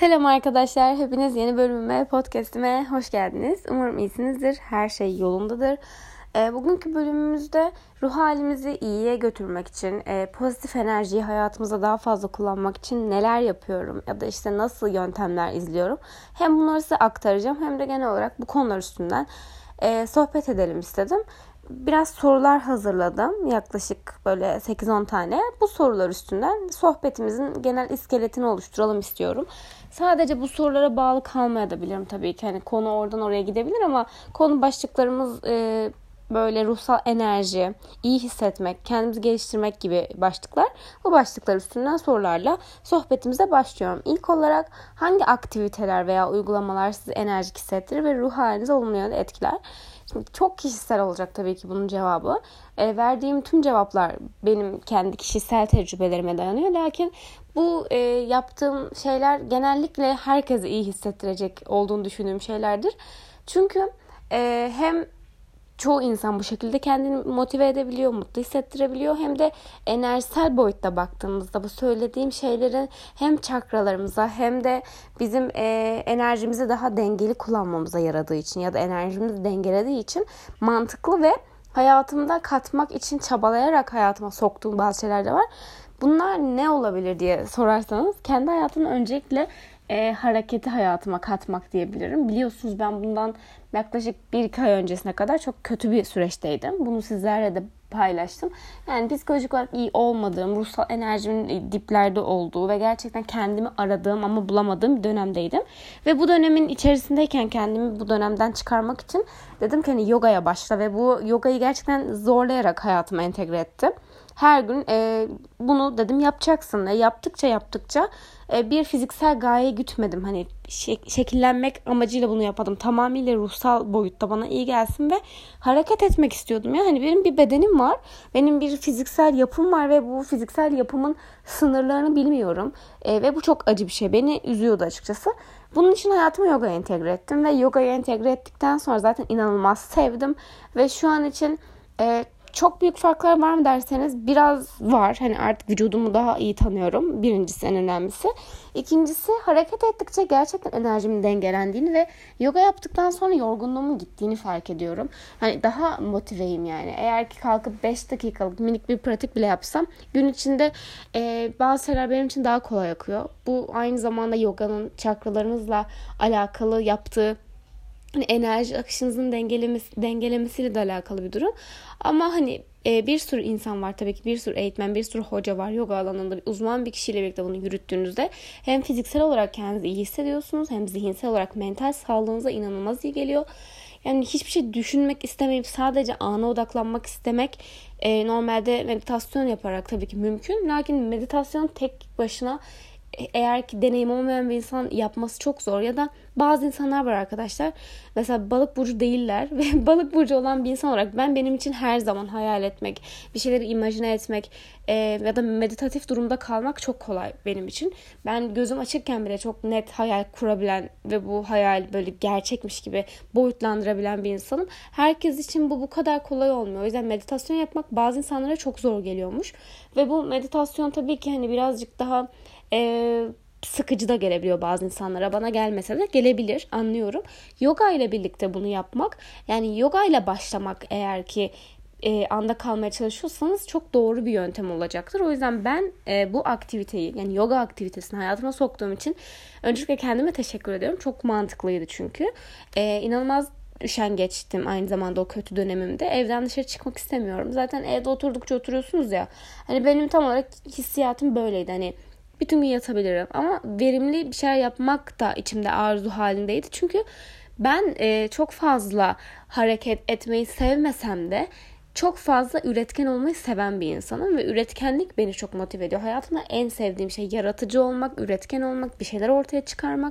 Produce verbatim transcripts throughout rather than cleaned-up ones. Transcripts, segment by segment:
Selam arkadaşlar, hepiniz yeni bölümüme, podcastime hoş geldiniz. Umarım iyisinizdir, her şey yolundadır. E, bugünkü bölümümüzde ruh halimizi iyiye götürmek için, e, pozitif enerjiyi hayatımıza daha fazla kullanmak için neler yapıyorum ya da işte nasıl yöntemler izliyorum. Hem bunları size aktaracağım hem de genel olarak bu konular üstünden e, sohbet edelim istedim. Biraz sorular hazırladım. Yaklaşık böyle sekiz on tane. Bu sorular üstünden sohbetimizin genel iskeletini oluşturalım istiyorum. Sadece bu sorulara bağlı kalmayabilirim tabii ki. Hani konu oradan oraya gidebilir ama konu başlıklarımız e, böyle ruhsal enerji, iyi hissetmek, kendimizi geliştirmek gibi başlıklar. Bu başlıklar üstünden sorularla sohbetimize başlıyorum. İlk olarak hangi aktiviteler veya uygulamalar sizi enerjik hissettirir ve ruh halinizi olumlu yönde etkiler? Şimdi çok kişisel olacak tabii ki bunun cevabı. E, verdiğim tüm cevaplar benim kendi kişisel tecrübelerime dayanıyor. Lakin bu e, yaptığım şeyler genellikle herkese iyi hissettirecek olduğunu düşündüğüm şeylerdir. Çünkü e, hem çoğu insan bu şekilde kendini motive edebiliyor, mutlu hissettirebiliyor. Hem de enerjisel boyutta baktığımızda bu söylediğim şeylerin hem çakralarımıza hem de bizim e, enerjimizi daha dengeli kullanmamıza yaradığı için ya da enerjimizi dengelediği için mantıklı ve hayatımda katmak için çabalayarak hayatıma soktuğum bazı şeyler de var. Bunlar ne olabilir diye sorarsanız kendi hayatımın öncelikle e, hareketi hayatıma katmak diyebilirim. Biliyorsunuz ben bundan yaklaşık bir iki ay öncesine kadar çok kötü bir süreçteydim. Bunu sizlerle de paylaştım. Yani psikolojik olarak iyi olmadığım, ruhsal enerjimin diplerde olduğu ve gerçekten kendimi aradığım ama bulamadığım bir dönemdeydim. Ve bu dönemin içerisindeyken kendimi bu dönemden çıkarmak için dedim ki hani yogaya başla ve bu yogayı gerçekten zorlayarak hayatıma entegre ettim. Her gün e, bunu dedim yapacaksın. E, yaptıkça yaptıkça e, bir fiziksel gaye gütmedim. Hani şek- şekillenmek amacıyla bunu yapmadım. Tamamıyla ruhsal boyutta bana iyi gelsin ve hareket etmek istiyordum. Ya hani benim bir bedenim var. Benim bir fiziksel yapım var ve bu fiziksel yapımın sınırlarını bilmiyorum. E, ve bu çok acı bir şey. Beni üzüyordu açıkçası. Bunun için hayatıma yoga entegre ettim ve yogayı entegre ettikten sonra zaten inanılmaz sevdim ve şu an için e, çok büyük farklar var mı derseniz biraz var. Hani artık vücudumu daha iyi tanıyorum. Birincisi en önemlisi. İkincisi hareket ettikçe gerçekten enerjimin dengelendiğini ve yoga yaptıktan sonra yorgunluğumun gittiğini fark ediyorum. Hani daha motiveyim yani. Eğer ki kalkıp beş dakikalık minik bir pratik bile yapsam gün içinde e, bazı şeyler benim için daha kolay akıyor. Bu aynı zamanda yoganın çakralarınızla alakalı yaptığı hani enerji akışınızın dengelemesi, dengelemesiyle de alakalı bir durum. Ama hani e, bir sürü insan var tabii ki, bir sürü eğitmen, bir sürü hoca var yoga alanında. Uzman bir kişiyle birlikte bunu yürüttüğünüzde hem fiziksel olarak kendinizi iyi hissediyorsunuz hem zihinsel olarak mental sağlığınıza inanılmaz iyi geliyor. Yani hiçbir şey düşünmek istemeyip sadece ana odaklanmak istemek e, normalde meditasyon yaparak tabii ki mümkün. Lakin meditasyon tek başına eğer ki deneyim olmayan bir insan yapması çok zor. Ya da bazı insanlar var arkadaşlar. Mesela balık burcu değiller ve balık burcu olan bir insan olarak ben benim için her zaman hayal etmek, bir şeyleri imajine etmek e, ya da meditatif durumda kalmak çok kolay benim için. Ben gözüm açıkken bile çok net hayal kurabilen ve bu hayal böyle gerçekmiş gibi boyutlandırabilen bir insanım. Herkes için bu bu kadar kolay olmuyor. O yüzden meditasyon yapmak bazı insanlara çok zor geliyormuş. Ve bu meditasyon tabii ki hani birazcık daha Ee, sıkıcı da gelebiliyor bazı insanlara. Bana gelmese de gelebilir, anlıyorum. Yoga ile birlikte bunu yapmak, yani yoga ile başlamak eğer ki e, anda kalmaya çalışıyorsanız çok doğru bir yöntem olacaktır. O yüzden ben e, bu aktiviteyi, yani yoga aktivitesini hayatıma soktuğum için öncelikle kendime teşekkür ediyorum. Çok mantıklıydı çünkü. E, inanılmaz üşengeçtim aynı zamanda o kötü dönemimde. Evden dışarı çıkmak istemiyorum. Zaten evde oturdukça oturuyorsunuz ya. Hani benim tam olarak hissiyatım böyleydi. Hani bütün gün yatabilirim ama verimli bir şeyler yapmak da içimde arzu halindeydi. Çünkü ben e, çok fazla hareket etmeyi sevmesem de çok fazla üretken olmayı seven bir insanım ve üretkenlik beni çok motive ediyor. Hayatımda en sevdiğim şey yaratıcı olmak, üretken olmak, bir şeyler ortaya çıkarmak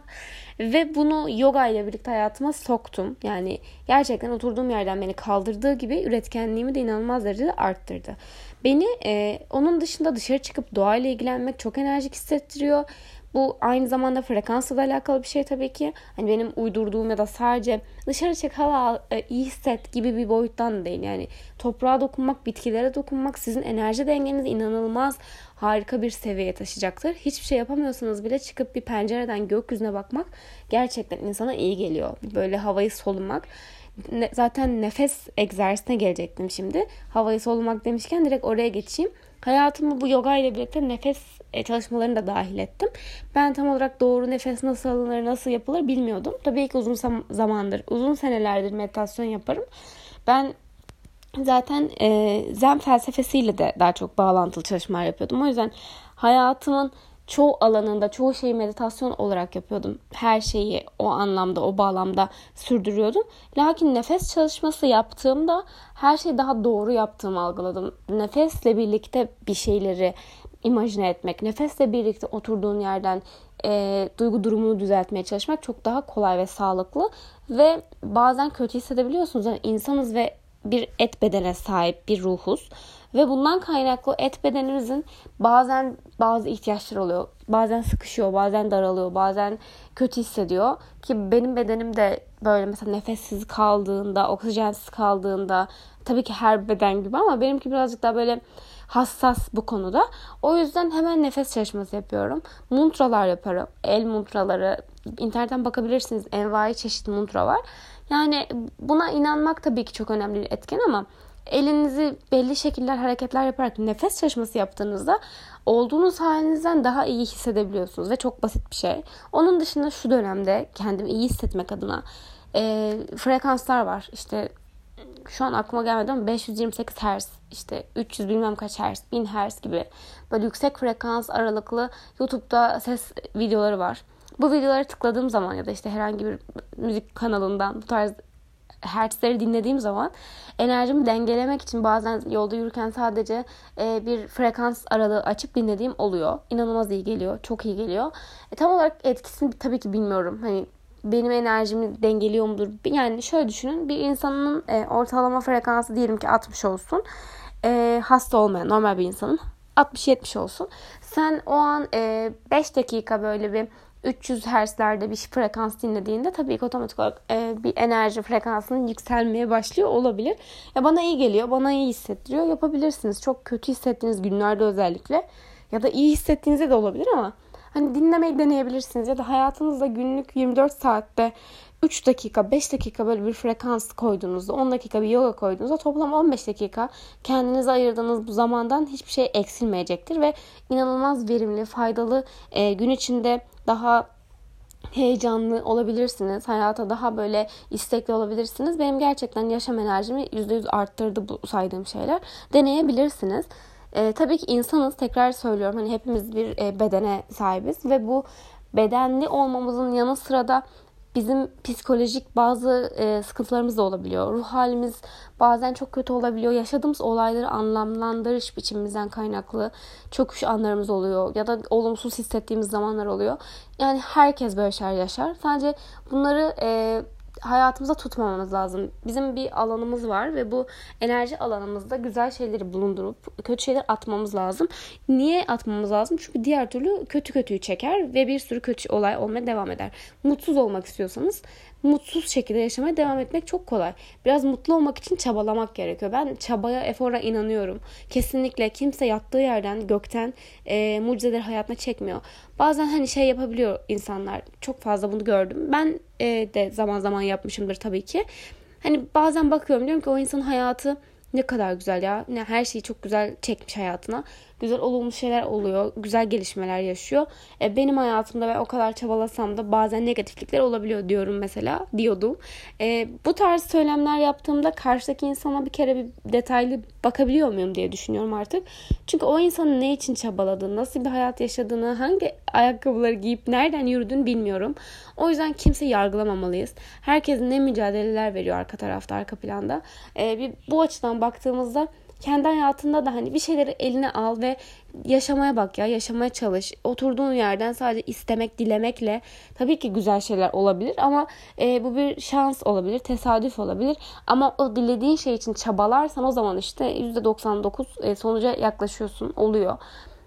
ve bunu yoga ile birlikte hayatıma soktum. Yani gerçekten oturduğum yerden beni kaldırdığı gibi üretkenliğimi de inanılmaz derecede arttırdı. Beni e, onun dışında dışarı çıkıp doğayla ilgilenmek çok enerjik hissettiriyor. Bu aynı zamanda frekansla da alakalı bir şey tabii ki. Hani benim uydurduğum ya da sadece dışarı çık, hava al, iyi hisset gibi bir boyuttan da değil. Yani toprağa dokunmak, bitkilere dokunmak sizin enerji dengenizi inanılmaz harika bir seviyeye taşıyacaktır. Hiçbir şey yapamıyorsanız bile çıkıp bir pencereden gökyüzüne bakmak gerçekten insana iyi geliyor. Böyle havayı solumak. Zaten nefes egzersizine gelecektim şimdi. Havayı solumak demişken direkt oraya geçeyim. Hayatıma bu yoga ile birlikte nefes çalışmalarını da dahil ettim. Ben tam olarak doğru nefes nasıl alınır, nasıl yapılır bilmiyordum. Tabii ki uzun zamandır, uzun senelerdir meditasyon yaparım. Ben zaten e, Zen felsefesiyle de daha çok bağlantılı çalışmalar yapıyordum. O yüzden hayatımın çoğu alanında, çoğu şeyi meditasyon olarak yapıyordum. Her şeyi o anlamda, o bağlamda sürdürüyordum. Lakin nefes çalışması yaptığımda her şeyi daha doğru yaptığımı algıladım. Nefesle birlikte bir şeyleri imajine etmek, nefesle birlikte oturduğun yerden e, duygu durumunu düzeltmeye çalışmak çok daha kolay ve sağlıklı. Ve bazen kötü hissedebiliyorsunuz. Yani insanız ve bir et bedene sahip bir ruhuz. Ve bundan kaynaklı et bedenimizin bazen bazı ihtiyaçları oluyor. Bazen sıkışıyor, bazen daralıyor, bazen kötü hissediyor. Ki benim bedenim de böyle mesela nefessiz kaldığında, oksijensiz kaldığında, tabii ki her beden gibi ama benimki birazcık daha böyle hassas bu konuda. O yüzden hemen nefes çalışması yapıyorum. Muntralar yaparım. El muntraları. İnternetten bakabilirsiniz. Envai çeşit mantra var. Yani buna inanmak tabii ki çok önemli bir etken ama elinizi belli şekiller, hareketler yaparak nefes çalışması yaptığınızda olduğunuz halinizden daha iyi hissedebiliyorsunuz ve çok basit bir şey. Onun dışında şu dönemde kendimi iyi hissetmek adına e, frekanslar var. İşte şu an aklıma gelmedi ama beş yüz yirmi sekiz hertz, işte üç yüz bilmem kaç hertz, bin hertz gibi böyle yüksek frekans aralıklı YouTube'da ses videoları var. Bu videoları tıkladığım zaman ya da işte herhangi bir müzik kanalından bu tarz hertzleri dinlediğim zaman enerjimi dengelemek için bazen yolda yürürken sadece e, bir frekans aralığı açıp dinlediğim oluyor. İnanılmaz iyi geliyor. Çok iyi geliyor. E, tam olarak etkisini tabii ki bilmiyorum. Hani benim enerjimi dengeliyor mudur? Yani şöyle düşünün. Bir insanın e, ortalama frekansı diyelim ki altmış olsun. E, hasta olmayan normal bir insanın altmış yetmiş olsun. Sen o an e, beş dakika böyle bir üç yüz hertzlerde bir frekans dinlediğinde tabii ki otomatik olarak e, bir enerji frekansının yükselmeye başlıyor olabilir. Ya bana iyi geliyor, bana iyi hissettiriyor. Yapabilirsiniz. Çok kötü hissettiğiniz günlerde özellikle ya da iyi hissettiğinizde de olabilir ama hani dinlemeyi deneyebilirsiniz ya da hayatınızda günlük yirmi dört saatte üç dakika, beş dakika böyle bir frekans koyduğunuzda, on dakika bir yoga koyduğunuzda toplam on beş dakika kendinize ayırdığınız bu zamandan hiçbir şey eksilmeyecektir ve inanılmaz verimli, faydalı e, gün içinde daha heyecanlı olabilirsiniz. Hayata daha böyle istekli olabilirsiniz. Benim gerçekten yaşam enerjimi yüzde yüz arttırdı bu saydığım şeyler. Deneyebilirsiniz. Ee, tabii ki insanız. Tekrar söylüyorum. Hani hepimiz bir e, bedene sahibiz ve bu bedenli olmamızın yanı sıra da bizim psikolojik bazı e, sıkıntılarımız da olabiliyor. Ruh halimiz bazen çok kötü olabiliyor. Yaşadığımız olayları anlamlandırış biçimimizden kaynaklı çöküş anlarımız oluyor. Ya da olumsuz hissettiğimiz zamanlar oluyor. Yani herkes böyle şeyler yaşar. Sadece bunları e, hayatımıza tutmamamız lazım. Bizim bir alanımız var ve bu enerji alanımızda güzel şeyleri bulundurup kötü şeyler atmamız lazım. Niye atmamız lazım? Çünkü diğer türlü kötü kötüyü çeker ve bir sürü kötü olay olmaya devam eder. Mutsuz olmak istiyorsanız mutsuz şekilde yaşamaya devam etmek çok kolay. Biraz mutlu olmak için çabalamak gerekiyor. Ben çabaya, efora inanıyorum. Kesinlikle kimse yattığı yerden, gökten e, mucizeleri hayatına çekmiyor. Bazen hani şey yapabiliyor insanlar. Çok fazla bunu gördüm. Ben e, de zaman zaman yapmışımdır tabii ki. Hani bazen bakıyorum, diyorum ki o insanın hayatı ne kadar güzel ya. Ne her şeyi çok güzel çekmiş hayatına. Güzel olumlu şeyler oluyor. Güzel gelişmeler yaşıyor. E, benim hayatımda ve o kadar çabalasam da bazen negatiflikler olabiliyor diyorum mesela. Diyordum. E, bu tarz söylemler yaptığımda karşıdaki insana bir kere bir detaylı bakabiliyor muyum diye düşünüyorum artık. Çünkü o insanın ne için çabaladığını, nasıl bir hayat yaşadığını, hangi ayakkabıları giyip nereden yürüdüğünü bilmiyorum. O yüzden kimseyi yargılamamalıyız. Herkes ne mücadeleler veriyor arka tarafta, arka planda. E, bir, bu açıdan baktığımızda kendi hayatında da hani bir şeyleri eline al ve yaşamaya bak ya, yaşamaya çalış. Oturduğun yerden sadece istemek, dilemekle tabii ki güzel şeyler olabilir ama e, bu bir şans olabilir, tesadüf olabilir. Ama o dilediğin şey için çabalarsan o zaman işte yüzde doksan dokuz e, sonuca yaklaşıyorsun, oluyor.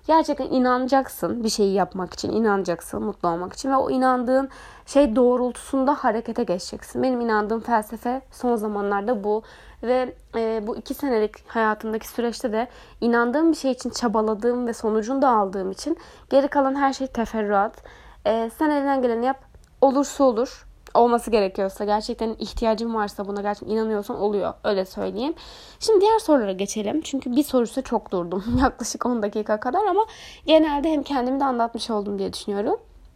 gerçekten inanacaksın bir şeyi yapmak için, inanacaksın mutlu olmak için ve o inandığın şey doğrultusunda harekete geçeceksin. Benim inandığım felsefe son zamanlarda bu ve e, bu iki senelik hayatımdaki süreçte de inandığım bir şey için çabaladığım ve sonucunu da aldığım için geri kalan her şey teferruat. E, sen elinden geleni yap, olursa olur. Olması gerekiyorsa, gerçekten ihtiyacın varsa, buna gerçekten inanıyorsan oluyor. Öyle söyleyeyim. Şimdi diğer sorulara geçelim. Çünkü bir sorusu çok durdum. Yaklaşık on dakika kadar ama genelde hem kendimi de anlatmış oldum diye düşünüyorum.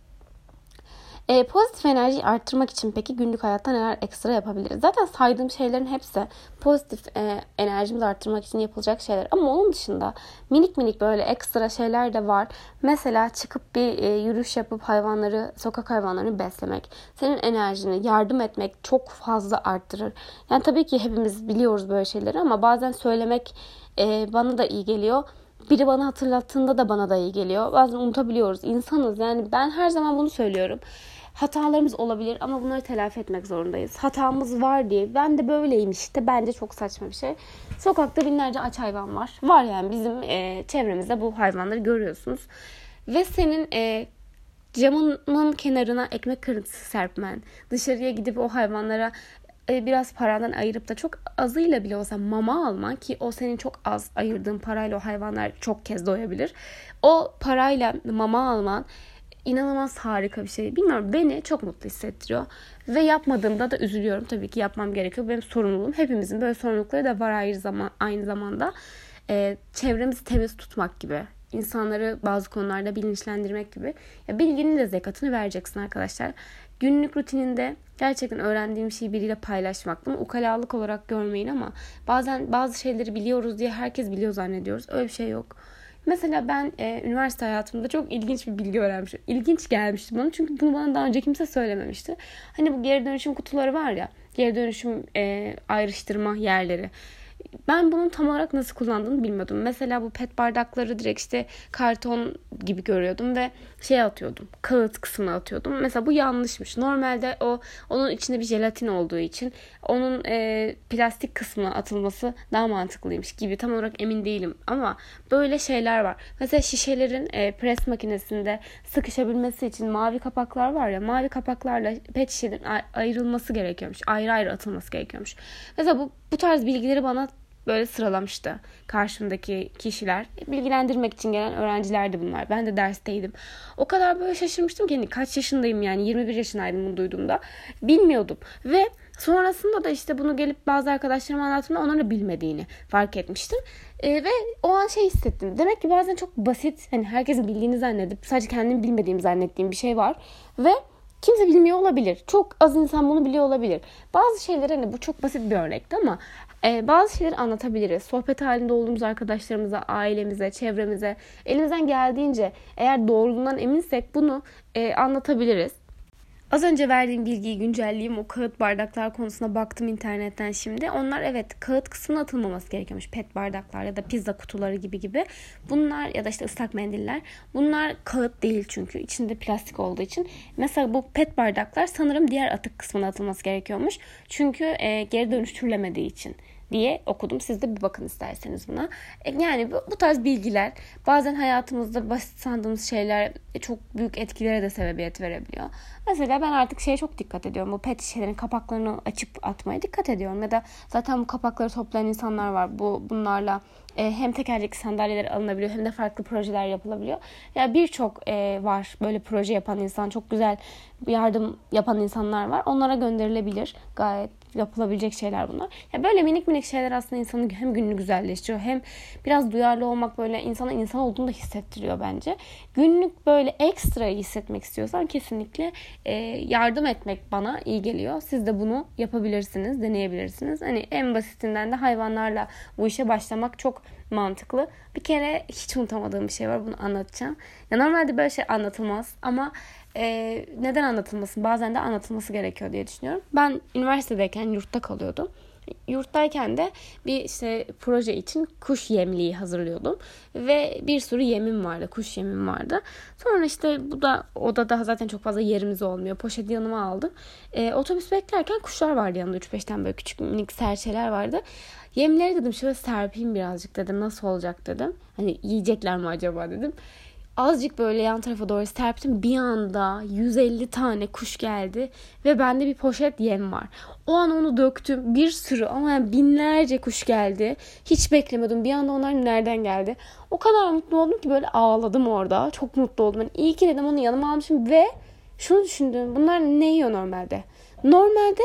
E, pozitif enerjiyi arttırmak için peki günlük hayatta neler ekstra yapabiliriz? Zaten saydığım şeylerin hepsi pozitif e, enerjimizi arttırmak için yapılacak şeyler. Ama onun dışında minik minik böyle ekstra şeyler de var. Mesela çıkıp bir e, yürüyüş yapıp hayvanları, sokak hayvanlarını beslemek. Senin enerjini yardım etmek çok fazla arttırır. Yani tabii ki hepimiz biliyoruz böyle şeyleri ama bazen söylemek e, bana da iyi geliyor. Biri bana hatırlattığında da bana da iyi geliyor. Bazen unutabiliyoruz. İnsanız, yani ben her zaman bunu söylüyorum. Hatalarımız olabilir ama bunları telafi etmek zorundayız. Hatamız var diye ben de böyleyim işte. Bence çok saçma bir şey. Sokakta binlerce aç hayvan var. Var yani bizim e, çevremizde bu hayvanları görüyorsunuz. Ve senin e, camının kenarına ekmek kırıntısı serpmen, dışarıya gidip o hayvanlara biraz paradan ayırıp da çok azıyla bile olsa mama alman, ki o senin çok az ayırdığın parayla o hayvanlar çok kez doyabilir. O parayla mama alman inanılmaz harika bir şey. Bilmiyorum, beni çok mutlu hissettiriyor. Ve yapmadığımda da üzülüyorum. Tabii ki yapmam gerekiyor. Benim sorumluluğum. Hepimizin böyle sorumlulukları da var aynı, zaman, aynı zamanda. Ee, çevremizi temiz tutmak gibi. İnsanları bazı konularda bilinçlendirmek gibi. Ya bilginin de zekatını vereceksin arkadaşlar. Günlük rutininde gerçekten öğrendiğim şeyi biriyle paylaşmak. Bunu ukalalık olarak görmeyin ama bazen bazı şeyleri biliyoruz diye herkes biliyor zannediyoruz. Öyle bir şey yok. Mesela ben e, üniversite hayatımda çok ilginç bir bilgi öğrenmiştim. İlginç gelmişti bana çünkü bunu bana daha önce kimse söylememişti. Hani bu geri dönüşüm kutuları var ya, geri dönüşüm e, ayrıştırma yerleri. Ben bunun tam olarak nasıl kullandığını bilmiyordum. Mesela bu pet bardakları direkt işte karton gibi görüyordum ve şey atıyordum. Kağıt kısmına atıyordum. Mesela bu yanlışmış. Normalde o onun içinde bir jelatin olduğu için onun e, plastik kısmına atılması daha mantıklıymış gibi. Tam olarak emin değilim ama böyle şeyler var. Mesela şişelerin e, pres makinesinde sıkışabilmesi için mavi kapaklar var ya. Mavi kapaklarla pet şişelerin ayrılması gerekiyormuş. Ayrı ayrı atılması gerekiyormuş. Mesela bu bu tarz bilgileri bana böyle sıralamıştı karşımdaki kişiler. Bilgilendirmek için gelen öğrencilerdi bunlar. Ben de dersteydim. O kadar böyle şaşırmıştım ki, hani kaç yaşındayım yani, yirmi bir yaşındaydım bunu duyduğumda. Bilmiyordum. Ve sonrasında da işte bunu gelip bazı arkadaşlarıma anlattığımda onların da bilmediğini fark etmiştim. Ee, ve o an şey hissettim. Demek ki bazen çok basit, hani herkesin bildiğini zannedip sadece kendim bilmediğimi zannettiğim bir şey var. Ve kimse bilmiyor olabilir. Çok az insan bunu biliyor olabilir. Bazı şeyler, hani bu çok basit bir örnekti ama e, bazı şeyleri anlatabiliriz. Sohbet halinde olduğumuz arkadaşlarımıza, ailemize, çevremize elimizden geldiğince eğer doğruluğundan eminsek bunu e, anlatabiliriz. Az önce verdiğim bilgiyi güncelleyeyim. O kağıt bardaklar konusuna baktım internetten şimdi. Onlar evet kağıt kısmına atılmaması gerekiyormuş. Pet bardaklar ya da pizza kutuları gibi gibi. Bunlar ya da işte ıslak mendiller. Bunlar kağıt değil çünkü. İçinde plastik olduğu için. Mesela bu pet bardaklar sanırım diğer atık kısmına atılması gerekiyormuş. Çünkü e, geri dönüştürülemediği için diye okudum. Siz de bir bakın isterseniz buna. Yani bu, bu tarz bilgiler bazen hayatımızda basit sandığımız şeyler çok büyük etkilere de sebebiyet verebiliyor. Mesela ben artık şeye çok dikkat ediyorum. Bu pet şişelerin kapaklarını açıp atmaya dikkat ediyorum. Ya da zaten bu kapakları toplayan insanlar var. Bu bunlarla e, hem tekerlekli sandalyeler alınabiliyor hem de farklı projeler yapılabiliyor. Ya yani birçok e, var böyle proje yapan insan, çok güzel yardım yapan insanlar var. Onlara gönderilebilir. Gayet yapılabilecek şeyler bunlar. Ya böyle minik minik şeyler aslında insanın hem gününü güzelleştiriyor hem biraz duyarlı olmak böyle insana insan olduğunu da hissettiriyor bence. Günlük böyle ekstra iyi hissetmek istiyorsan kesinlikle e, yardım etmek bana iyi geliyor. Siz de bunu yapabilirsiniz, deneyebilirsiniz. Hani en basitinden de hayvanlarla bu işe başlamak çok mantıklı. Bir kere hiç unutamadığım bir şey var, bunu anlatacağım. Ya normalde böyle şey anlatılmaz ama Ee, neden anlatılmasın? Bazen de anlatılması gerekiyor diye düşünüyorum. Ben üniversitedeyken yurtta kalıyordum. Yurttayken de bir işte proje için kuş yemliği hazırlıyordum. Ve bir sürü yemim vardı. Kuş yemim vardı. Sonra işte bu da odada zaten çok fazla yerimiz olmuyor. Poşeti yanıma aldım. E, otobüs beklerken kuşlar vardı yanımda. üç beş tane böyle küçük minik serçeler vardı. Yemleri dedim şöyle serpeyim birazcık dedim. Nasıl olacak dedim. Hani yiyecekler mi acaba dedim. Azıcık böyle yan tarafa doğru serptim. Bir anda yüz elli tane kuş geldi. Ve bende bir poşet yem var. O an onu döktüm. Bir sürü ama yani binlerce kuş geldi. Hiç beklemiyordum. Bir anda onlar nereden geldi? O kadar mutlu oldum ki böyle ağladım orada. Çok mutlu oldum. Yani iyi ki dedim onu yanıma almışım. Ve şunu düşündüm. Bunlar ne yiyor normalde? Normalde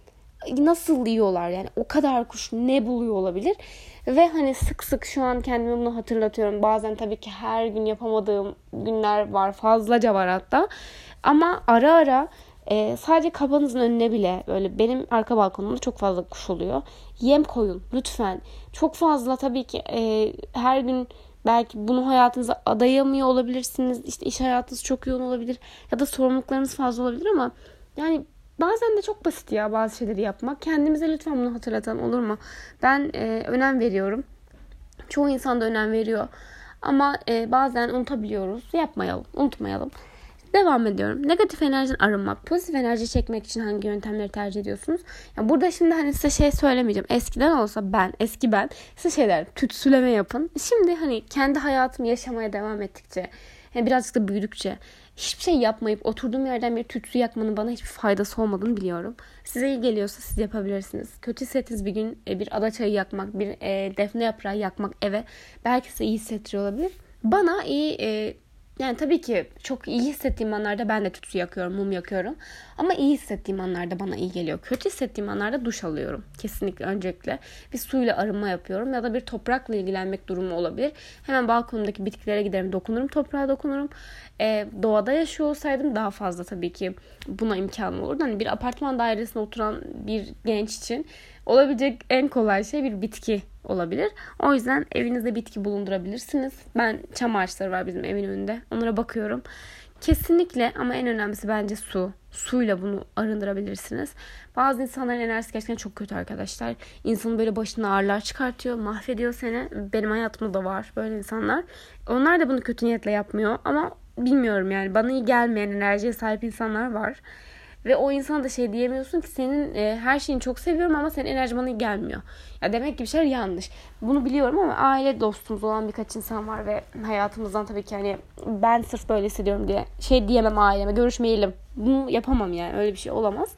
nasıl yiyorlar yani? O kadar kuş ne buluyor olabilir? Ve hani sık sık şu an kendime bunu hatırlatıyorum. Bazen tabii ki her gün yapamadığım günler var. Fazlaca var hatta. Ama ara ara e, sadece kafanızın önüne bile böyle benim arka balkonumda çok fazla kuş oluyor. Yem koyun lütfen. Çok fazla tabii ki e, her gün belki bunu hayatınıza adayamıyor olabilirsiniz. İşte iş hayatınız çok yoğun olabilir. Ya da sorumluluklarınız fazla olabilir ama yani bazen de çok basit ya bazı şeyleri yapmak. Kendimize lütfen bunu hatırlatalım, olur mu? Ben e, önem veriyorum. Çoğu insan da önem veriyor. Ama e, bazen unutabiliyoruz. Yapmayalım, unutmayalım. Devam ediyorum. Negatif enerjiden arınmak. Pozitif enerji çekmek için hangi yöntemleri tercih ediyorsunuz? Ya burada şimdi hani size şey söylemeyeceğim. Eskiden olsa ben, eski ben size şeyler tütsüleme yapın. Şimdi hani kendi hayatımı yaşamaya devam ettikçe, yani birazcık da büyüdükçe hiçbir şey yapmayıp oturduğum yerden bir tütsü yakmanın bana hiçbir faydası olmadığını biliyorum. Size iyi geliyorsa siz yapabilirsiniz. Kötü hissettiğiniz bir gün bir ada çayı yakmak, bir e, defne yaprağı yakmak eve belki size iyi hissettiriyor olabilir. Bana iyi e, yani tabii ki çok iyi hissettiğim anlarda ben de tütsü yakıyorum, mum yakıyorum. Ama iyi hissettiğim anlarda bana iyi geliyor. Kötü hissettiğim anlarda duş alıyorum. Kesinlikle öncelikle bir suyla arınma yapıyorum. Ya da bir toprakla ilgilenmek durumu olabilir. Hemen balkonumdaki bitkilere giderim, dokunurum, toprağa dokunurum. Ee, doğada yaşıyor olsaydım daha fazla tabii ki buna imkanım olurdu. Hani bir apartman dairesinde oturan bir genç için olabilecek en kolay şey bir bitki olabilir. O yüzden evinizde bitki bulundurabilirsiniz. Ben çam ağaçları var bizim evin önünde. Onlara bakıyorum. Kesinlikle ama en önemlisi bence su. Suyla bunu arındırabilirsiniz. Bazı insanların enerjisi gerçekten çok kötü arkadaşlar. İnsanın böyle başına ağrılar çıkartıyor, mahvediyor seni. Benim hayatımda da var böyle insanlar. Onlar da bunu kötü niyetle yapmıyor ama bilmiyorum yani bana iyi gelmeyen enerjiye sahip insanlar var. Ve o insana da şey diyemiyorsun ki senin e, her şeyini çok seviyorum ama senin enerji bana iyi gelmiyor. Ya demek ki bir şeyler yanlış. Bunu biliyorum ama aile dostumuz olan birkaç insan var ve hayatımızdan tabii ki hani ben sırf böyle hissediyorum diye şey diyemem aileme, görüşmeyelim. Bunu yapamam yani, öyle bir şey olamaz.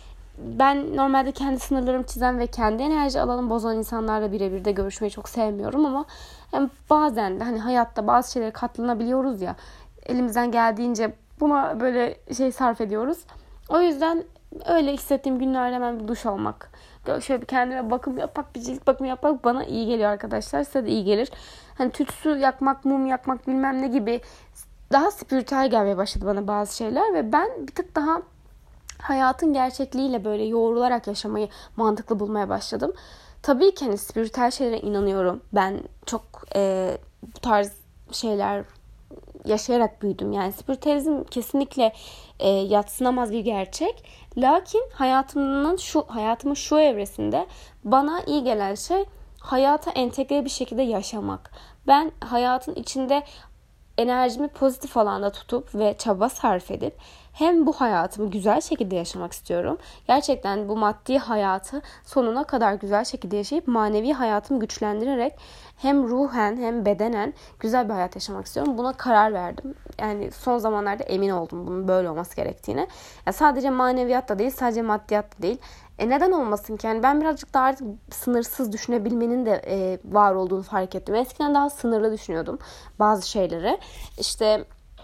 Ben normalde kendi sınırlarımı çizen ve kendi enerji alanımı bozan insanlarla birebir de görüşmeyi çok sevmiyorum ama yani bazen de hani hayatta bazı şeylere katlanabiliyoruz ya, elimizden geldiğince buna böyle şey sarf ediyoruz. O yüzden öyle hissettiğim günlerde hemen bir duş almak, şöyle bir kendime bakım yapmak, bir cilt bakımı yapmak bana iyi geliyor arkadaşlar. Size de iyi gelir. Hani tütsü yakmak, mum yakmak bilmem ne gibi daha spiritüel gelmeye başladı bana bazı şeyler ve ben bir tık daha hayatın gerçekliğiyle böyle yoğrularak yaşamayı mantıklı bulmaya başladım. Tabii ki hani spiritüel şeylere inanıyorum. Ben çok e, bu tarz şeyler yaşayarak büyüdüm. Yani spiritüalizm kesinlikle e, yadsınamaz bir gerçek. Lakin hayatımın şu hayatımın şu evresinde bana iyi gelen şey hayata entegre bir şekilde yaşamak. Ben hayatın içinde enerjimi pozitif alanda tutup ve çaba sarf edip hem bu hayatımı güzel şekilde yaşamak istiyorum. Gerçekten bu maddi hayatı sonuna kadar güzel şekilde yaşayıp manevi hayatımı güçlendirerek hem ruhen hem bedenen güzel bir hayat yaşamak istiyorum. Buna karar verdim. Yani son zamanlarda emin oldum bunun böyle olması gerektiğine. Ya sadece maneviyat da değil, sadece maddiyat da değil. E neden olmasın ki? Yani ben birazcık daha artık sınırsız düşünebilmenin de e, var olduğunu fark ettim. Eskiden daha sınırlı düşünüyordum bazı şeyleri. İşte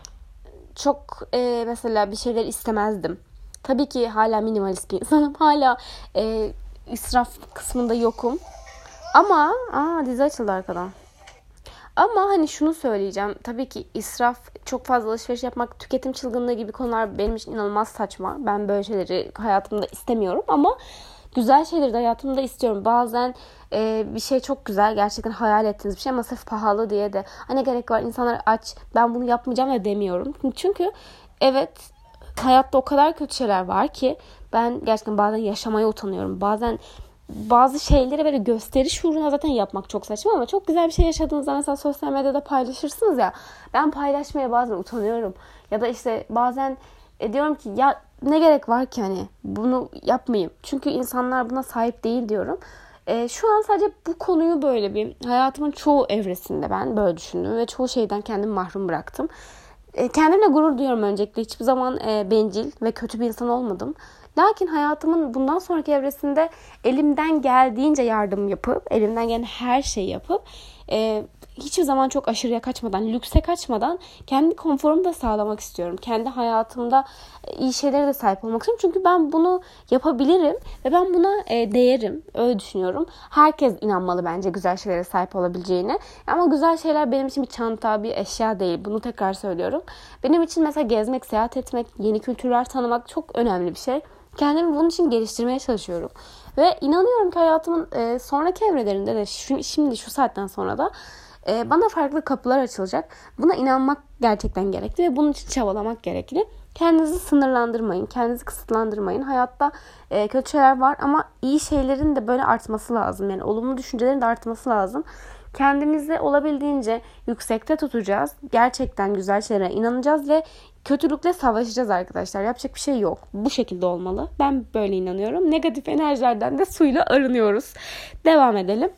çok e, mesela bir şeyler istemezdim. Tabii ki hala minimalist bir insanım. Hala e, israf kısmında yokum. Ama aa dizi açıldı arkadan. Ama hani şunu söyleyeceğim. Tabii ki israf, çok fazla alışveriş yapmak, tüketim çılgınlığı gibi konular benim için inanılmaz saçma. Ben böyle şeyleri hayatımda istemiyorum ama güzel şeyleri de hayatımda istiyorum. Bazen e, bir şey çok güzel, gerçekten hayal ettiğiniz bir şey ama sırf pahalı diye de hani gerek var, insanlar aç, ben bunu yapmayacağım ya demiyorum. Çünkü evet, hayatta o kadar kötü şeyler var ki ben gerçekten bazen yaşamaya utanıyorum. Bazen bazı şeyleri böyle gösteriş uğruna zaten yapmak çok saçma ama çok güzel bir şey yaşadığınızda mesela sosyal medyada paylaşırsınız ya. Ben paylaşmaya bazen utanıyorum. Ya da işte bazen e, diyorum ki ya ne gerek var ki hani bunu yapmayayım. Çünkü insanlar buna sahip değil diyorum. E, şu an sadece bu konuyu böyle bir hayatımın çoğu evresinde ben böyle düşündüm ve çoğu şeyden kendimi mahrum bıraktım. E, kendimle gurur duyuyorum öncelikle. Hiçbir zaman e, bencil ve kötü bir insan olmadım. Lakin hayatımın bundan sonraki evresinde elimden geldiğince yardım yapıp, elimden gelen her şeyi yapıp e, hiçbir zaman çok aşırıya kaçmadan, lükse kaçmadan kendi konforumu da sağlamak istiyorum. Kendi hayatımda iyi şeylere de sahip olmak istiyorum. Çünkü ben bunu yapabilirim ve ben buna e, değerim. Öyle düşünüyorum. Herkes inanmalı bence güzel şeylere sahip olabileceğine. Ama güzel şeyler benim için bir çanta, bir eşya değil. Bunu tekrar söylüyorum. Benim için mesela gezmek, seyahat etmek, yeni kültürler tanımak çok önemli bir şey. Kendimi bunun için geliştirmeye çalışıyorum. Ve inanıyorum ki hayatımın e, sonraki evrelerinde de şu, şimdi şu saatten sonra da e, bana farklı kapılar açılacak. Buna inanmak gerçekten gerekli ve bunun için çabalamak gerekli. Kendinizi sınırlandırmayın, kendinizi kısıtlandırmayın. Hayatta e, kötü şeyler var ama iyi şeylerin de böyle artması lazım. Yani olumlu düşüncelerin de artması lazım. Kendimizi olabildiğince yüksekte tutacağız. Gerçekten güzel şeylere inanacağız ve kötülükle savaşacağız arkadaşlar. Yapacak bir şey yok. Bu şekilde olmalı. Ben böyle inanıyorum. Negatif enerjilerden de suyla arınıyoruz. Devam edelim.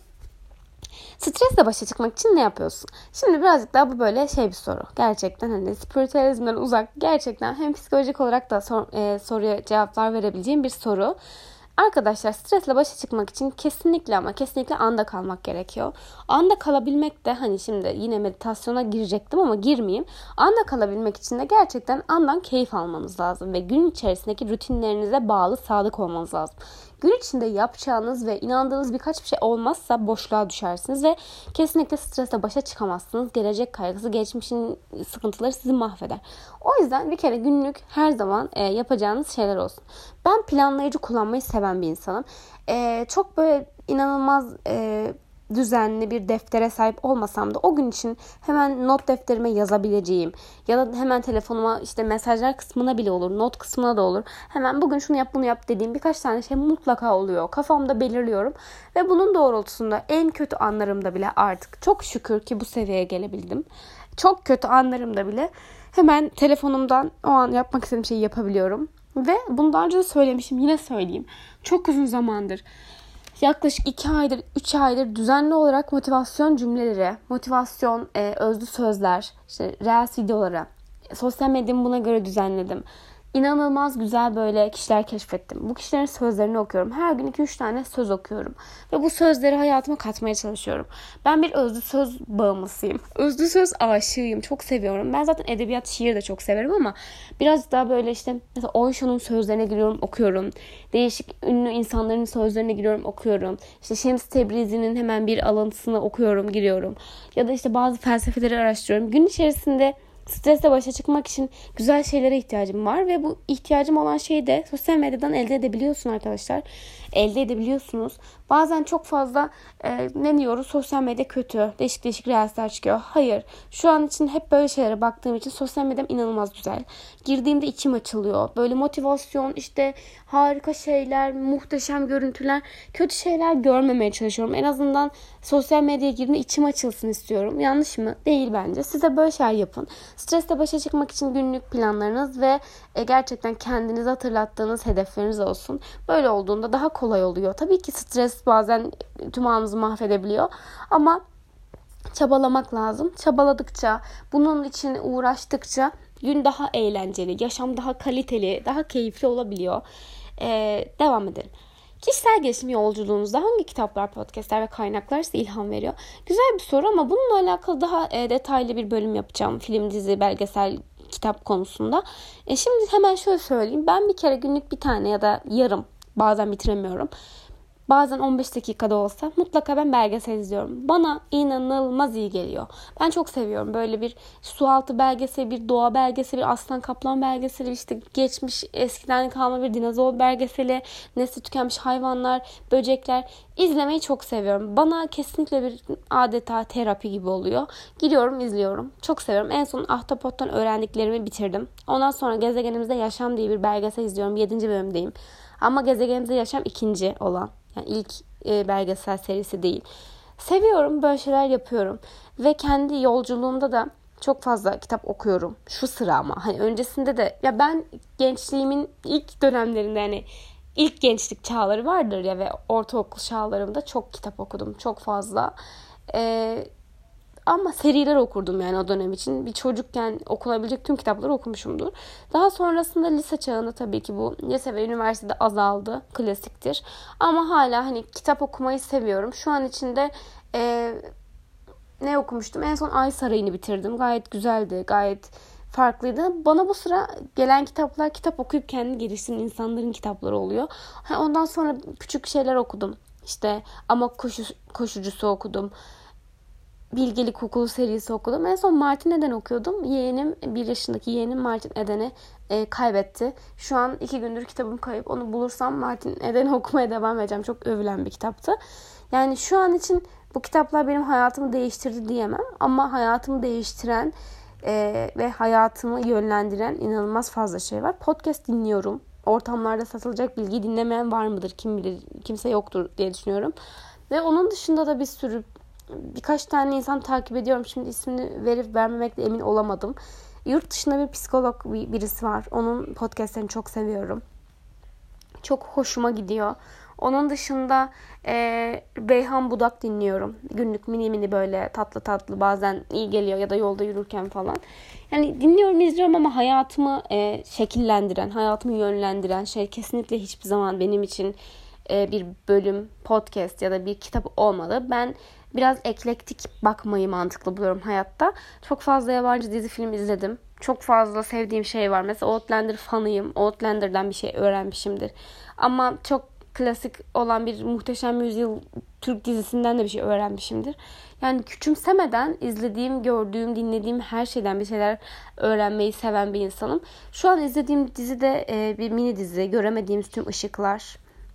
Stresle başa çıkmak için ne yapıyorsun? Şimdi birazcık daha bu böyle şey bir soru. Gerçekten hani spiritüalizmden uzak, gerçekten hem psikolojik olarak da sor, e, soruya cevaplar verebileceğim bir soru. Arkadaşlar stresle başa çıkmak için kesinlikle ama kesinlikle anda kalmak gerekiyor. Anda kalabilmek de hani şimdi yine meditasyona girecektim ama girmeyeyim. Anda kalabilmek için de gerçekten andan keyif almanız lazım ve gün içerisindeki rutinlerinize bağlı sadık olmanız lazım. Gün içinde yapacağınız ve inandığınız birkaç bir şey olmazsa boşluğa düşersiniz ve kesinlikle stresle başa çıkamazsınız. Gelecek kaygısı, geçmişin sıkıntıları sizi mahveder. O yüzden bir kere günlük her zaman e, yapacağınız şeyler olsun. Ben planlayıcı kullanmayı seven bir insanım. E, çok böyle inanılmaz e, düzenli bir deftere sahip olmasam da o gün için hemen not defterime yazabileceğim ya da hemen telefonuma işte mesajlar kısmına bile olur, not kısmına da olur. Hemen bugün şunu yap bunu yap dediğim birkaç tane şey mutlaka oluyor. Kafamda belirliyorum ve bunun doğrultusunda en kötü anlarımda bile artık çok şükür ki bu seviyeye gelebildim. Çok kötü anlarımda bile hemen telefonumdan o an yapmak istediğim şeyi yapabiliyorum. Ve bunu daha önce de söylemişim, yine söyleyeyim. Çok uzun zamandır, yaklaşık iki aydır, üç aydır düzenli olarak motivasyon cümleleri, motivasyon e, özlü sözler, işte reels videoları, sosyal medyamı buna göre düzenledim. İnanılmaz güzel böyle kişiler keşfettim. Bu kişilerin sözlerini okuyorum. Her gün iki üç tane söz okuyorum. Ve bu sözleri hayatıma katmaya çalışıyorum. Ben bir özlü söz bağımlısıyım. Özlü söz aşığıyım. Çok seviyorum. Ben zaten edebiyat, şiir de çok severim ama biraz daha böyle işte mesela Osho'nun sözlerine giriyorum, okuyorum. Değişik ünlü insanların sözlerine giriyorum, okuyorum. İşte Şems Tebrizi'nin hemen bir alıntısını okuyorum, giriyorum. Ya da işte bazı felsefeleri araştırıyorum. Gün içerisinde stresle başa çıkmak için güzel şeylere ihtiyacım var ve bu ihtiyacım olan şeyi de sosyal medyadan elde edebiliyorsun arkadaşlar. Elde edebiliyorsunuz. Bazen çok fazla e, ne diyoruz? Sosyal medya kötü. Değişik değişik reelsler çıkıyor. Hayır. Şu an için hep böyle şeylere baktığım için sosyal medyam inanılmaz güzel. Girdiğimde içim açılıyor. Böyle motivasyon, işte harika şeyler, muhteşem görüntüler, kötü şeyler görmemeye çalışıyorum. En azından sosyal medyaya girdiğimde içim açılsın istiyorum. Yanlış mı? Değil bence. Siz de böyle şeyler yapın. Stresle başa çıkmak için günlük planlarınız ve e, gerçekten kendinizi hatırlattığınız hedefleriniz olsun. Böyle olduğunda daha kolay oluyor. Tabii ki stres bazen tüm anımızı mahvedebiliyor ama çabalamak lazım. Çabaladıkça, bunun için uğraştıkça gün daha eğlenceli, yaşam daha kaliteli, daha keyifli olabiliyor. Ee, devam edelim. Kişisel gelişim yolculuğunuzda hangi kitaplar, podcastler ve kaynaklar size ilham veriyor? Güzel bir soru ama bununla alakalı daha e, detaylı bir bölüm yapacağım. Film, dizi, belgesel, kitap konusunda. E şimdi hemen şöyle söyleyeyim. Ben bir kere günlük bir tane ya da yarım, bazen bitiremiyorum. Bazen on beş dakikada olsa mutlaka ben belgesel izliyorum. Bana inanılmaz iyi geliyor. Ben çok seviyorum. Böyle bir sualtı belgeseli, bir doğa belgeseli, bir aslan kaplan belgeseli, işte geçmiş eskiden kalma bir dinozor belgeseli, nesli tükenmiş hayvanlar, böcekler izlemeyi çok seviyorum. Bana kesinlikle bir adeta terapi gibi oluyor. Gidiyorum, izliyorum. Çok seviyorum. En son Ahtapot'tan öğrendiklerimi bitirdim. Ondan sonra Gezegenimizde Yaşam diye bir belgesel izliyorum. yedinci bölümdeyim. Ama Gezegenimizde Yaşam ikinci olan. Yani ilk e, belgesel serisi değil. Seviyorum, böyle şeyler yapıyorum. Ve kendi yolculuğumda da çok fazla kitap okuyorum. Şu sıra ama. Hani öncesinde de ya ben gençliğimin ilk dönemlerinde hani ilk gençlik çağları vardır ya ve ortaokul çağlarımda çok kitap okudum. Çok fazla. Ee, ama seriler okurdum yani o dönem için. Bir çocukken okunabilecek tüm kitapları okumuşumdur. Daha sonrasında lise çağında tabii ki bu lise ve üniversitede azaldı. Klasiktir. Ama hala hani kitap okumayı seviyorum. Şu an içinde e, ne okumuştum? En son Ay Sarayı'nı bitirdim. Gayet güzeldi. Gayet farklıydı. Bana bu sıra gelen kitaplar kitap okuyup kendini geliştiren insanların kitapları oluyor. Ondan sonra küçük şeyler okudum. İşte Amok koşu, koşucusu okudum. Bilgelik Okulu serisi okudum. En son Martin Eden okuyordum. Yeğenim, bir yaşındaki yeğenim Martin Eden'i e, kaybetti. Şu an iki gündür kitabım kayıp. Onu bulursam Martin Eden'i okumaya devam edeceğim. Çok övülen bir kitaptı. Yani şu an için bu kitaplar benim hayatımı değiştirdi diyemem. Ama hayatımı değiştiren e, ve hayatımı yönlendiren inanılmaz fazla şey var. Podcast dinliyorum. Ortamlarda satılacak bilgiyi dinlemeyen var mıdır? Kim bilir? Kimse yoktur diye düşünüyorum. Ve onun dışında da bir sürü birkaç tane insan takip ediyorum. Şimdi ismini verip vermemekle emin olamadım. Yurt dışında bir psikolog birisi var. Onun podcastlerini çok seviyorum. Çok hoşuma gidiyor. Onun dışında e, Beyhan Budak dinliyorum. Günlük mini mini böyle tatlı tatlı bazen iyi geliyor ya da yolda yürürken falan. Yani dinliyorum, izliyorum ama hayatımı e, şekillendiren, hayatımı yönlendiren şey kesinlikle hiçbir zaman benim için e, bir bölüm, podcast ya da bir kitap olmadı. Ben biraz eklektik bakmayı mantıklı buluyorum hayatta. Çok fazla yabancı dizi film izledim. Çok fazla sevdiğim şey var. Mesela Outlander fanıyım. Outlander'dan bir şey öğrenmişimdir. Ama çok klasik olan bir Muhteşem Yüzyıl Türk dizisinden de bir şey öğrenmişimdir. Yani küçümsemeden izlediğim, gördüğüm, dinlediğim her şeyden bir şeyler öğrenmeyi seven bir insanım. Şu an izlediğim dizi de e, bir mini dizi. Göremediğimiz Tüm Işıklar.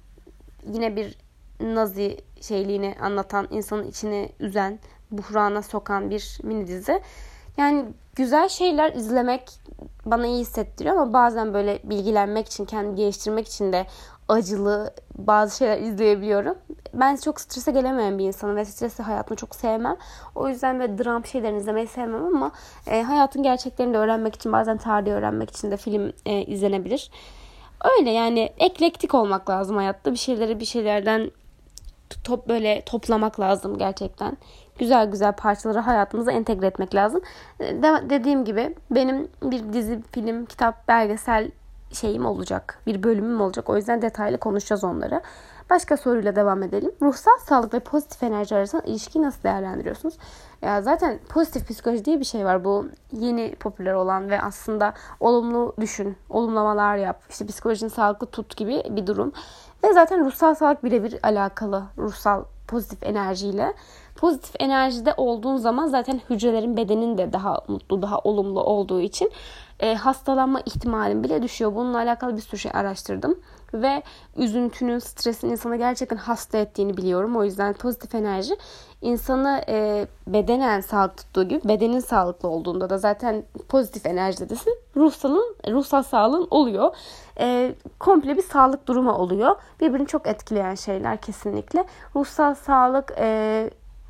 Yine bir Nazi şeyliğini anlatan, insanın içini üzen, buhrana sokan bir mini dizi. Yani güzel şeyler izlemek bana iyi hissettiriyor ama bazen böyle bilgilenmek için, kendimi geliştirmek için de acılı bazı şeyler izleyebiliyorum. Ben çok strese gelemeyen bir insanım ve stresi hayatımı çok sevmem. O yüzden böyle dram şeylerini izlemeyi sevmem ama e, hayatın gerçeklerini de öğrenmek için, bazen tarihi öğrenmek için de film e, izlenebilir. Öyle yani eklektik olmak lazım hayatta. Bir şeyleri bir şeylerden top böyle toplamak lazım gerçekten. Güzel güzel parçaları hayatımıza entegre etmek lazım. De- dediğim gibi benim bir dizi, film, kitap, belgesel şeyim olacak. Bir bölümüm olacak. O yüzden detaylı konuşacağız onları. Başka soruyla devam edelim. Ruhsal sağlık ve pozitif enerji arasında ilişkiyi nasıl değerlendiriyorsunuz? Ya zaten pozitif psikoloji diye bir şey var. Bu yeni popüler olan ve aslında olumlu düşün, olumlamalar yap, İşte psikolojinin sağlıklı tut gibi bir durum. Ve zaten ruhsal sağlık birebir alakalı ruhsal pozitif enerjiyle. Pozitif enerjide olduğun zaman zaten hücrelerin, bedenin de daha mutlu, daha olumlu olduğu için e, hastalanma ihtimalin bile düşüyor. Bununla alakalı bir sürü şey araştırdım. Ve üzüntünün, stresin insanı gerçekten hasta ettiğini biliyorum. O yüzden pozitif enerji insanı e, bedenen sağlıklı tuttuğu gibi bedenin sağlıklı olduğunda da zaten pozitif enerjidesin. Ruhsalın, ruhsal sağlığın oluyor. E, komple bir sağlık durumu oluyor. Birbirini çok etkileyen şeyler kesinlikle. Ruhsal sağlık e,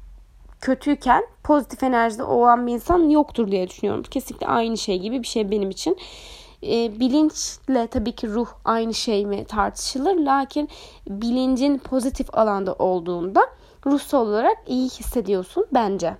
kötüyken pozitif enerjide olan bir insan yoktur diye düşünüyorum. Kesinlikle aynı şey gibi bir şey benim için. E, bilinçle tabii ki ruh aynı şey mi tartışılır. Lakin bilincin pozitif alanda olduğunda ruhsal olarak iyi hissediyorsun bence.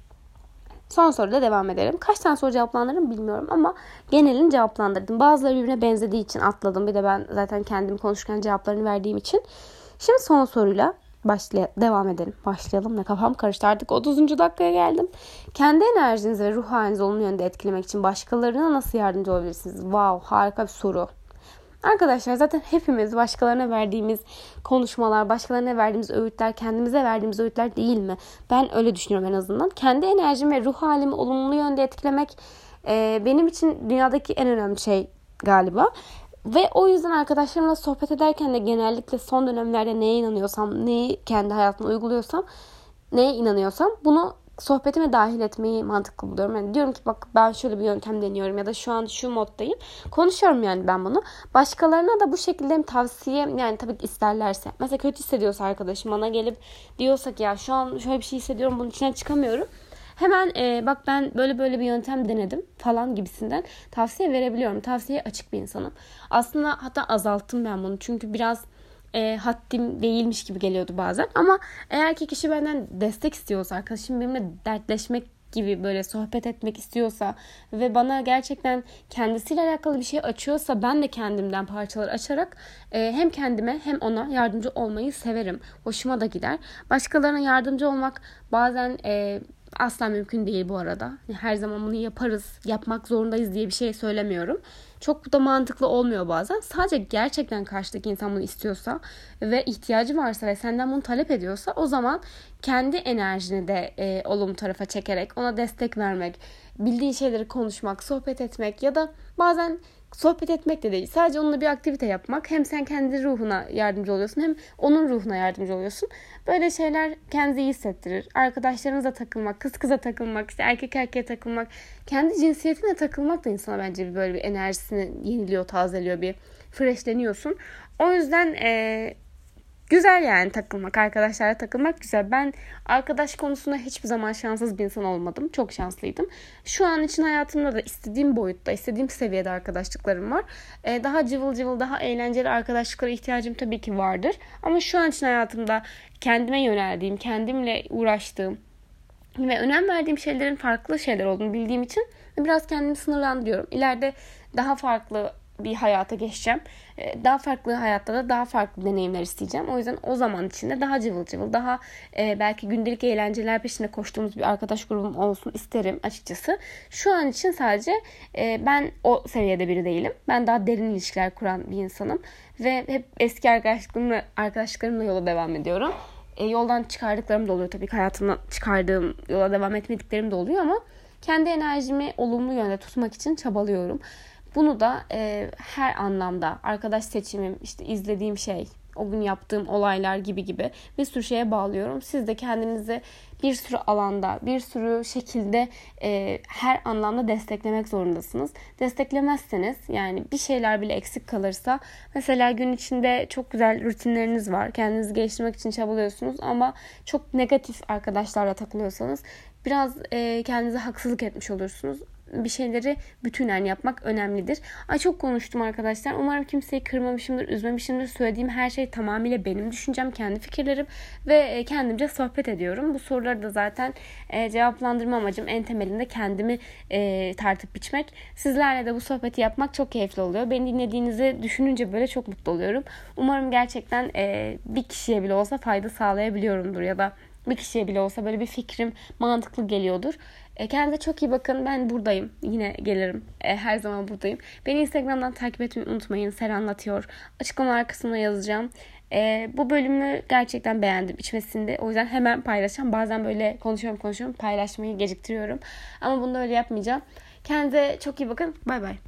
Son soruda devam edelim. Kaç tane soru cevaplandırdım bilmiyorum ama genelini cevaplandırdım. Bazıları birbirine benzediği için atladım. Bir de ben zaten kendim konuşurken cevaplarını verdiğim için. Şimdi son soruyla başlay- devam edelim. Başlayalım. Ne kafam karıştı. Artık otuzuncu dakikaya geldim. Kendi enerjinizi ve ruh halinizi olumlu yönde etkilemek için başkalarına nasıl yardımcı olabilirsiniz? Wow, harika bir soru. Arkadaşlar zaten hepimiz başkalarına verdiğimiz konuşmalar, başkalarına verdiğimiz öğütler, kendimize verdiğimiz öğütler değil mi? Ben öyle düşünüyorum en azından. Kendi enerjimi ve ruh halimi olumlu yönde etkilemek e, benim için dünyadaki en önemli şey galiba. Ve o yüzden arkadaşlarımla sohbet ederken de genellikle son dönemlerde neye inanıyorsam, neyi kendi hayatıma uyguluyorsam, neye inanıyorsam bunu sohbetime dahil etmeyi mantıklı buluyorum. Yani diyorum ki bak ben şöyle bir yöntem deniyorum ya da şu an şu moddayım. Konuşuyorum yani ben bunu. Başkalarına da bu şekilde tavsiye, yani tabii ki isterlerse. Mesela kötü hissediyorsa arkadaşım bana gelip diyorsa ki ya şu an şöyle bir şey hissediyorum, bunun içinden çıkamıyorum. Hemen e, bak ben böyle böyle bir yöntem denedim falan gibisinden tavsiye verebiliyorum. Tavsiyeye açık bir insanım. Aslında hatta azalttım ben bunu. Çünkü biraz e, haddim değilmiş gibi geliyordu bazen. Ama eğer ki kişi benden destek istiyorsa, arkadaşım benimle dertleşmek gibi böyle sohbet etmek istiyorsa ve bana gerçekten kendisiyle alakalı bir şey açıyorsa, ben de kendimden parçalar açarak e, hem kendime hem ona yardımcı olmayı severim. Hoşuma da gider. Başkalarına yardımcı olmak bazen e, asla mümkün değil bu arada. Her zaman bunu yaparız, yapmak zorundayız diye bir şey söylemiyorum. Çok da mantıklı olmuyor bazen. Sadece gerçekten karşıdaki insan bunu istiyorsa ve ihtiyacı varsa ve senden bunu talep ediyorsa, o zaman kendi enerjini de e, olumlu tarafa çekerek ona destek vermek, bildiğin şeyleri konuşmak, sohbet etmek ya da bazen sohbet etmek de değil, sadece onunla bir aktivite yapmak. Hem sen kendi ruhuna yardımcı oluyorsun hem onun ruhuna yardımcı oluyorsun. Böyle şeyler kendinizi iyi hissettirir. Arkadaşlarınızla takılmak, kız kıza takılmak, işte erkek erkeğe takılmak, kendi cinsiyetine takılmak da insana bence böyle bir enerjisini yeniliyor, tazeliyor, bir freshleniyorsun. O yüzden e, güzel yani takılmak, arkadaşlarla takılmak güzel. Ben arkadaş konusunda hiçbir zaman şanssız bir insan olmadım. Çok şanslıydım. Şu an için hayatımda da istediğim boyutta, istediğim seviyede arkadaşlıklarım var. Ee, daha cıvıl cıvıl, daha eğlenceli arkadaşlıklara ihtiyacım tabii ki vardır. Ama şu an için hayatımda kendime yöneldiğim, kendimle uğraştığım ve önem verdiğim şeylerin farklı şeyler olduğunu bildiğim için biraz kendimi sınırlandırıyorum. İleride daha farklı bir hayata geçeceğim. Daha farklı hayatta da daha farklı deneyimler isteyeceğim. O yüzden o zaman içinde daha cıvıl cıvıl, daha e, belki gündelik eğlenceler peşinde koştuğumuz bir arkadaş grubum olsun isterim açıkçası. Şu an için sadece e, ben o seviyede biri değilim. Ben daha derin ilişkiler kuran bir insanım. Ve hep eski arkadaşlıklarımla, arkadaşlıklarımla yola devam ediyorum. E, yoldan çıkardıklarım da oluyor tabii ki, hayatımdan çıkardığım, yola devam etmediklerim de oluyor ama kendi enerjimi olumlu yönde tutmak için çabalıyorum. Bunu da e, her anlamda, arkadaş seçimim, işte izlediğim şey, o gün yaptığım olaylar gibi gibi bir sürü şeye bağlıyorum. Siz de kendinizi bir sürü alanda, bir sürü şekilde e, her anlamda desteklemek zorundasınız. Desteklemezseniz, yani bir şeyler bile eksik kalırsa, mesela gün içinde çok güzel rutinleriniz var, kendinizi geliştirmek için çabalıyorsunuz ama çok negatif arkadaşlarla takılıyorsanız biraz e, kendinize haksızlık etmiş olursunuz. Bir şeyleri bütünen yapmak önemlidir. Ay çok konuştum arkadaşlar. Umarım kimseyi kırmamışımdır, üzmemişimdir. Söylediğim her şey tamamıyla benim düşüncem, kendi fikirlerim ve kendimce sohbet ediyorum. Bu soruları da zaten cevaplandırma amacım en temelinde kendimi tartıp biçmek. Sizlerle de bu sohbeti yapmak çok keyifli oluyor. Beni dinlediğinizi düşününce böyle çok mutlu oluyorum. Umarım gerçekten bir kişiye bile olsa fayda sağlayabiliyorumdur ya da bir kişiye bile olsa böyle bir fikrim mantıklı geliyordur. E, kendinize çok iyi bakın. Ben buradayım. Yine gelirim. E, her zaman buradayım. Beni Instagram'dan takip etmeyi unutmayın. Ser anlatıyor. Açıklamalar kısmına yazacağım. E, bu bölümü gerçekten beğendim içmesinde. O yüzden hemen paylaşacağım. Bazen böyle konuşuyorum konuşuyorum. Paylaşmayı geciktiriyorum. Ama bunu da öyle yapmayacağım. Kendinize çok iyi bakın. Bay bay.